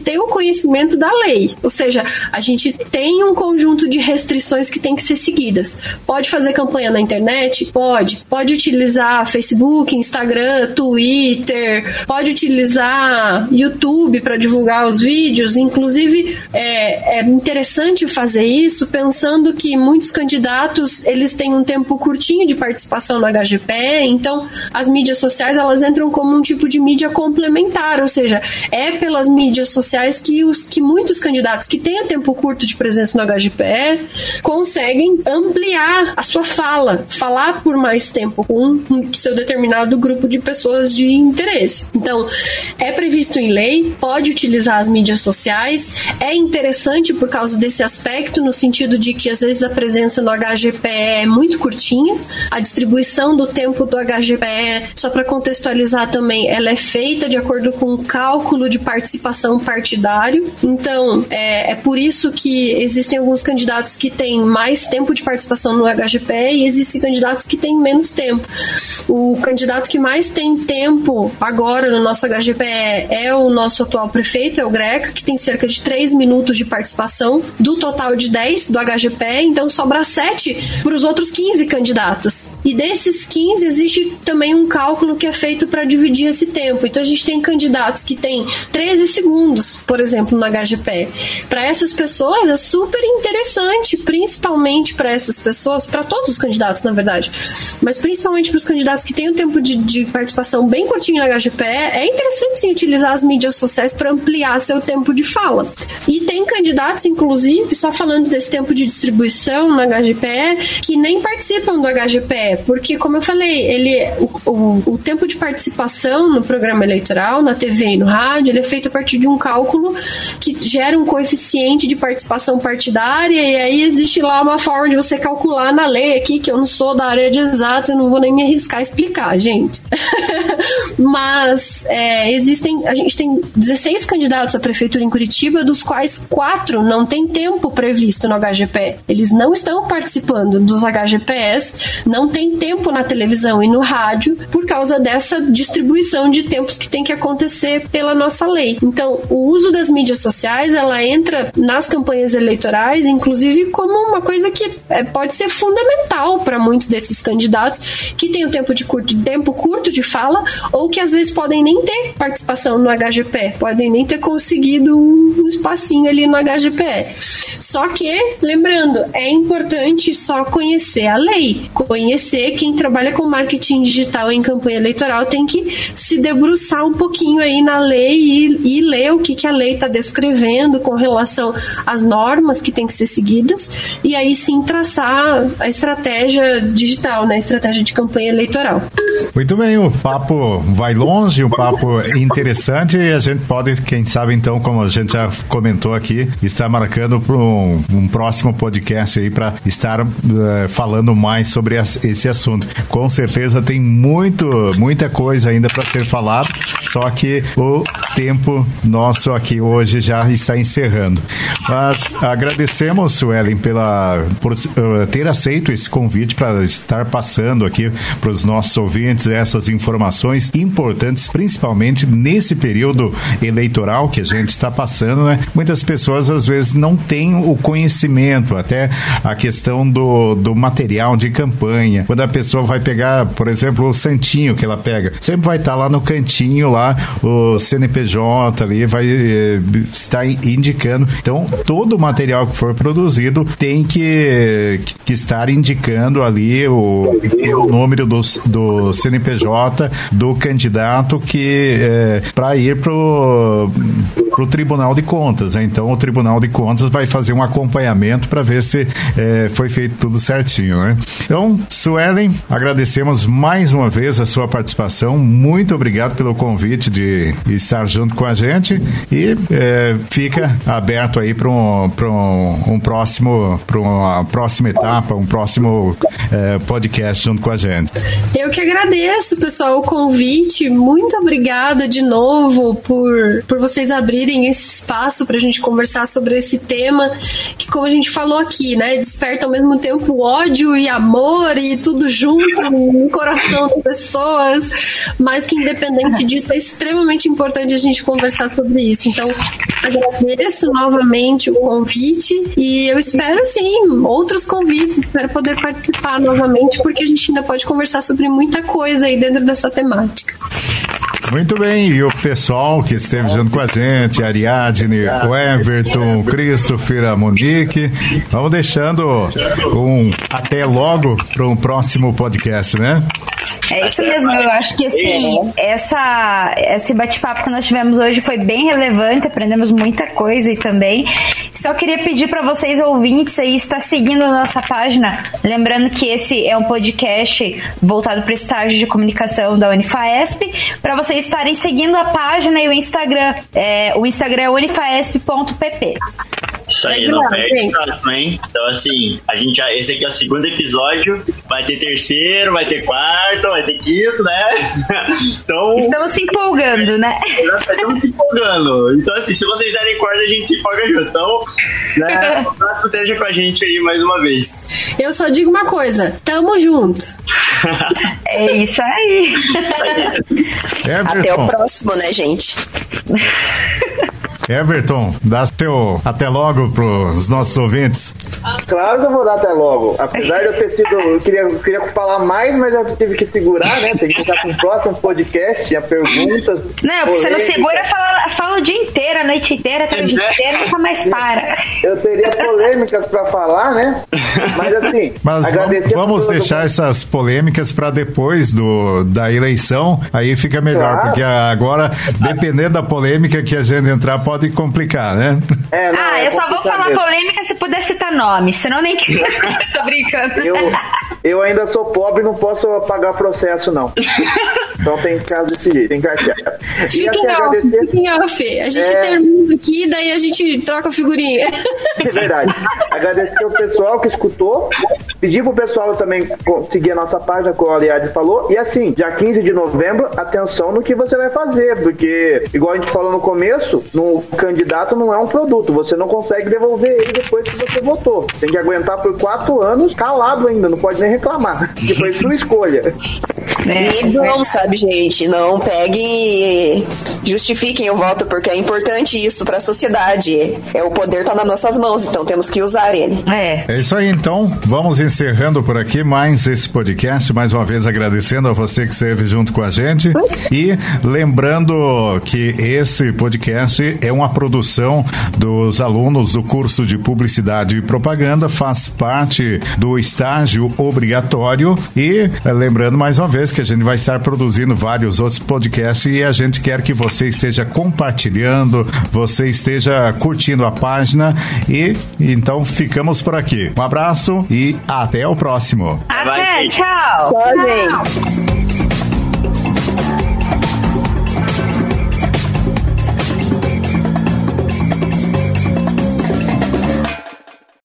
conhecimento da lei. Ou seja, a gente tem um conjunto de restrições que tem que ser seguidas. Pode fazer campanha na internet? Pode. Pode utilizar Facebook, Instagram, Twitter, pode utilizar YouTube para divulgar os vídeos. Inclusive, é, é interessante fazer isso pensando que muitos candidatos, eles têm um tempo curtinho de participação no H G P E, então as mídias sociais, elas entram como um tipo de mídia complementar, ou seja, é pelas mídias sociais que, os, que muitos candidatos que têm tempo curto de presença no H G P E conseguem ampliar a sua fala, falar por mais tempo com um seu determinado grupo de pessoas de interesse. Então, é previsto em lei, pode utilizar as mídias sociais, é interessante por causa desse aspecto, no sentido de que às vezes a presença no H G P E é muito curtinha, a distribuição do tempo do H G P E, só para contextualizar também, ela é feita de acordo com o cálculo de participação partidário, então é, é por isso que existem alguns candidatos que têm mais tempo de participação no H G P E e existem candidatos que têm menos tempo. O candidato que mais tem tempo agora no nosso H G P E é o nosso atual prefeito, é o Greca, que tem cerca de três minutos de participação do total de dez do H G P E, então sobra sete para os outros quinze candidatos. E desses quinze existe também um cálculo que é feito para dividir esse tempo. Então a gente tem candidatos que têm treze segundos, por exemplo, no H G P E. Para essas pessoas é super interessante, principalmente para essas pessoas, para todos os candidatos, na verdade, mas principalmente para os candidatos que têm um tempo de, de participação bem curtinho no H G P E, é interessante sim utilizar as mídias sociais para ampliar seu tempo de fala. E tem candidatos, inclusive, só falando desse tempo de distribuição no H G P E, que nem participam do H G P E, porque, como eu falei, ele, o, o, o tempo de participação no programa eleitoral, na T V e no rádio, ele é feito a partir de um cálculo que gera um coeficiente de participação partidária, e aí existe lá uma forma de você calcular na lei aqui, que eu não sou da área de exatos, eu não vou nem me arriscar a explicar, gente. Mas é, existem, a gente tem dezesseis candidatos à prefeitura em Curitiba, dos quais quatro não tem tempo previsto no H G P E. Eles não estão participando dos H G P Es, não tem tempo na televisão e no rádio por causa dessa distribuição de tempos que tem que acontecer pela nossa lei. Então, o uso das mídias sociais, ela entra nas campanhas eleitorais, inclusive como uma coisa que é, pode ser fundamental para muitos desses candidatos que têm um tempo, de curto, tempo curto de fala, ou que às vezes podem nem ter participação no H G P E, podem nem ter conseguido um espacinho ali no H G P E. Só que, lembrando, é importante só conhecer a lei, conhecer. Quem trabalha com marketing digital em campanha eleitoral tem que se debruçar um pouquinho aí na lei e, e ler o que, que a lei está descrevendo com relação às normas que tem que ser seguidas, e aí sim traçar a estratégia digital, né, a estratégia de campanha eleitoral. Muito bem, o papo vai longe, um papo interessante, e a gente pode, quem sabe então, como a gente já comentou aqui, estar marcando para um, um próximo podcast aí para estar uh, falando mais sobre as, esse assunto. Com certeza tem muito, muita coisa ainda para ser falado, só que o tempo nosso aqui hoje já está encerrando. Mas agradecemos, Suelen, pela, por uh, ter aceito esse convite para estar passando aqui para os nossos ouvintes essas informações importantes, principalmente nesse período eleitoral que a gente está passando, né? Muitas pessoas às vezes não têm o conhecimento, até a questão do, do material de campanha. Quando a pessoa vai pegar, por exemplo, o santinho que ela pega, sempre vai estar lá no cantinho, lá o C N P J ali vai eh, estar indicando. Então, todo o material que for produzido tem que, que estar indicando ali o, o número do, do C N P J do candidato que eh, para ir pro pro Tribunal de Contas, né? Então o Tribunal de Contas vai fazer um acompanhamento para ver se eh, foi feito tudo certinho, né? Então, Suelen, agradecemos mais uma vez a sua participação, muito obrigado pelo convite de estar junto com a gente, e eh, fica aberto aí para para um, para um, um próximo, para uma próxima etapa, um próximo é, podcast junto com a gente. Eu que agradeço, pessoal, o convite. Muito obrigada de novo por, por vocês abrirem esse espaço para a gente conversar sobre esse tema que, como a gente falou aqui, né, desperta ao mesmo tempo ódio e amor e tudo junto no coração das pessoas, mas que independente disso é extremamente importante a gente conversar sobre isso. Então, agradeço novamente o convite e eu espero sim outros convites, espero poder participar novamente, porque a gente ainda pode conversar sobre muita coisa aí dentro dessa temática. Muito bem, e o pessoal que esteve junto com a gente, a Ariadne, o Everton, o Christopher, a Monique, vamos deixando um até logo para um próximo podcast, né? É isso mesmo, eu acho que assim, essa, esse bate-papo que nós tivemos hoje foi bem relevante, aprendemos muita coisa e também só queria pedir para vocês ouvintes aí estar seguindo a nossa página, lembrando que esse é um podcast voltado para o estágio de comunicação da Unifaesp, para vocês estarem seguindo a página e o Instagram, é, o Instagram é unifaesp ponto p p. Isso aí, não perde o próximo, hein? Então, assim, a gente já, esse aqui é o segundo episódio, vai ter terceiro, vai ter quarto, vai ter quinto, né? Então... Estamos se empolgando, né? Estamos se empolgando. Então, assim, se vocês derem corda, a gente se empolga junto. Então, né, esteja com a gente aí mais uma vez. Eu só digo uma coisa, tamo junto. É isso aí. Até o próximo, né, gente? Everton, dá seu até logo pros nossos ouvintes. Claro que eu vou dar até logo. Apesar de eu ter sido. Eu queria, eu queria falar mais, mas eu tive que segurar, né? Tem que ficar com o próximo podcast, a perguntas. Não, você não segura, fala, fala o dia inteiro, a noite inteira, até o dia inteiro, nunca mais para. Eu teria polêmicas pra falar, né? Mas assim, mas vamos, vamos deixar do... essas polêmicas pra depois do, da eleição, aí fica melhor, claro. Porque agora, dependendo da polêmica que a gente entrar, pode Pode complicar, né? É, não, ah, é eu só vou falar mesmo. Polêmica se puder citar nomes, senão nem que... Tô brincando. Eu, eu ainda sou pobre e não posso pagar processo, não. Então tem caso desse jeito, tem carteira. Fiquem off, fiquem off. A gente é... termina aqui, daí a gente troca a figurinha. É verdade. Agradecer o pessoal que escutou. Pedir pro pessoal também seguir a nossa página, como a Ariadne falou. E assim, dia quinze de novembro, atenção no que você vai fazer, porque, igual a gente falou no começo, no candidato não é um produto, você não consegue devolver ele depois que você votou. Tem que aguentar por quatro anos calado ainda, não pode nem reclamar, que foi sua escolha. É, e não, sabe, gente, não peguem e justifiquem o voto, porque é importante isso para a sociedade. É, o poder tá nas nossas mãos, então temos que usar ele. É. É isso aí, então. Vamos encerrando por aqui mais esse podcast, mais uma vez agradecendo a você que esteve junto com a gente e lembrando que esse podcast é uma produção dos alunos do curso de Publicidade e Propaganda, faz parte do estágio obrigatório e lembrando mais uma vez que a gente vai estar produzindo vários outros podcasts e a gente quer que você esteja compartilhando, você esteja curtindo a página e então ficamos por aqui. Um abraço e até o próximo. Até, tchau. Tchau, gente.